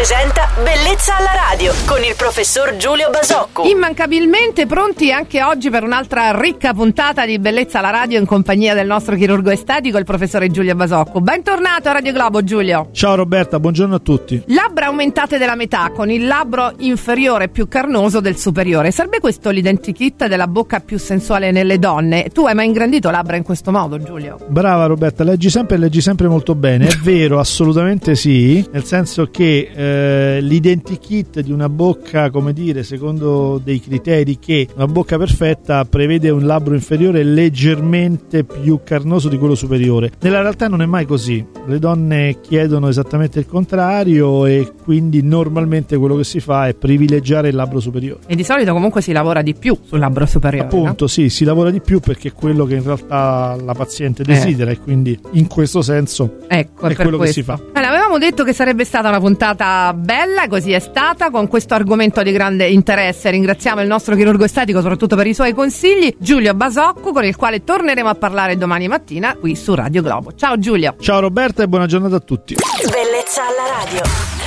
presenta Bellezza alla radio con il professor Giulio Basocco. Immancabilmente pronti anche oggi per un'altra ricca puntata di Bellezza alla radio in compagnia del nostro chirurgo estetico, il professore Giulio Basocco. Bentornato a Radio Globo, Giulio. Ciao Roberta, buongiorno a tutti. Labbra aumentate della metà, con il labbro inferiore più carnoso del superiore. Sarebbe questo l'identikit della bocca più sensuale nelle donne? Tu hai mai ingrandito labbra in questo modo, Giulio? Brava Roberta, leggi sempre molto bene. È vero, assolutamente sì, nel senso che l'identikit di una bocca, come dire, secondo dei criteri che una bocca perfetta prevede un labbro inferiore leggermente più carnoso di quello superiore. Nella realtà non è mai così. Le donne chiedono esattamente il contrario e quindi normalmente quello che si fa è privilegiare il labbro superiore. E di solito comunque si lavora di più sul labbro superiore. Appunto, no? Sì, si lavora di più perché è quello che in realtà la paziente desidera e quindi in questo senso è quello che si fa. Avevamo detto che sarebbe stata una puntata bella, così è stata, con questo argomento di grande interesse. Ringraziamo il nostro chirurgo estetico soprattutto per i suoi consigli, Giulio Basocco, con il quale torneremo a parlare domani mattina qui su Radio Globo. Ciao Giulio. Ciao Roberta e buona giornata a tutti. Bellezza alla radio.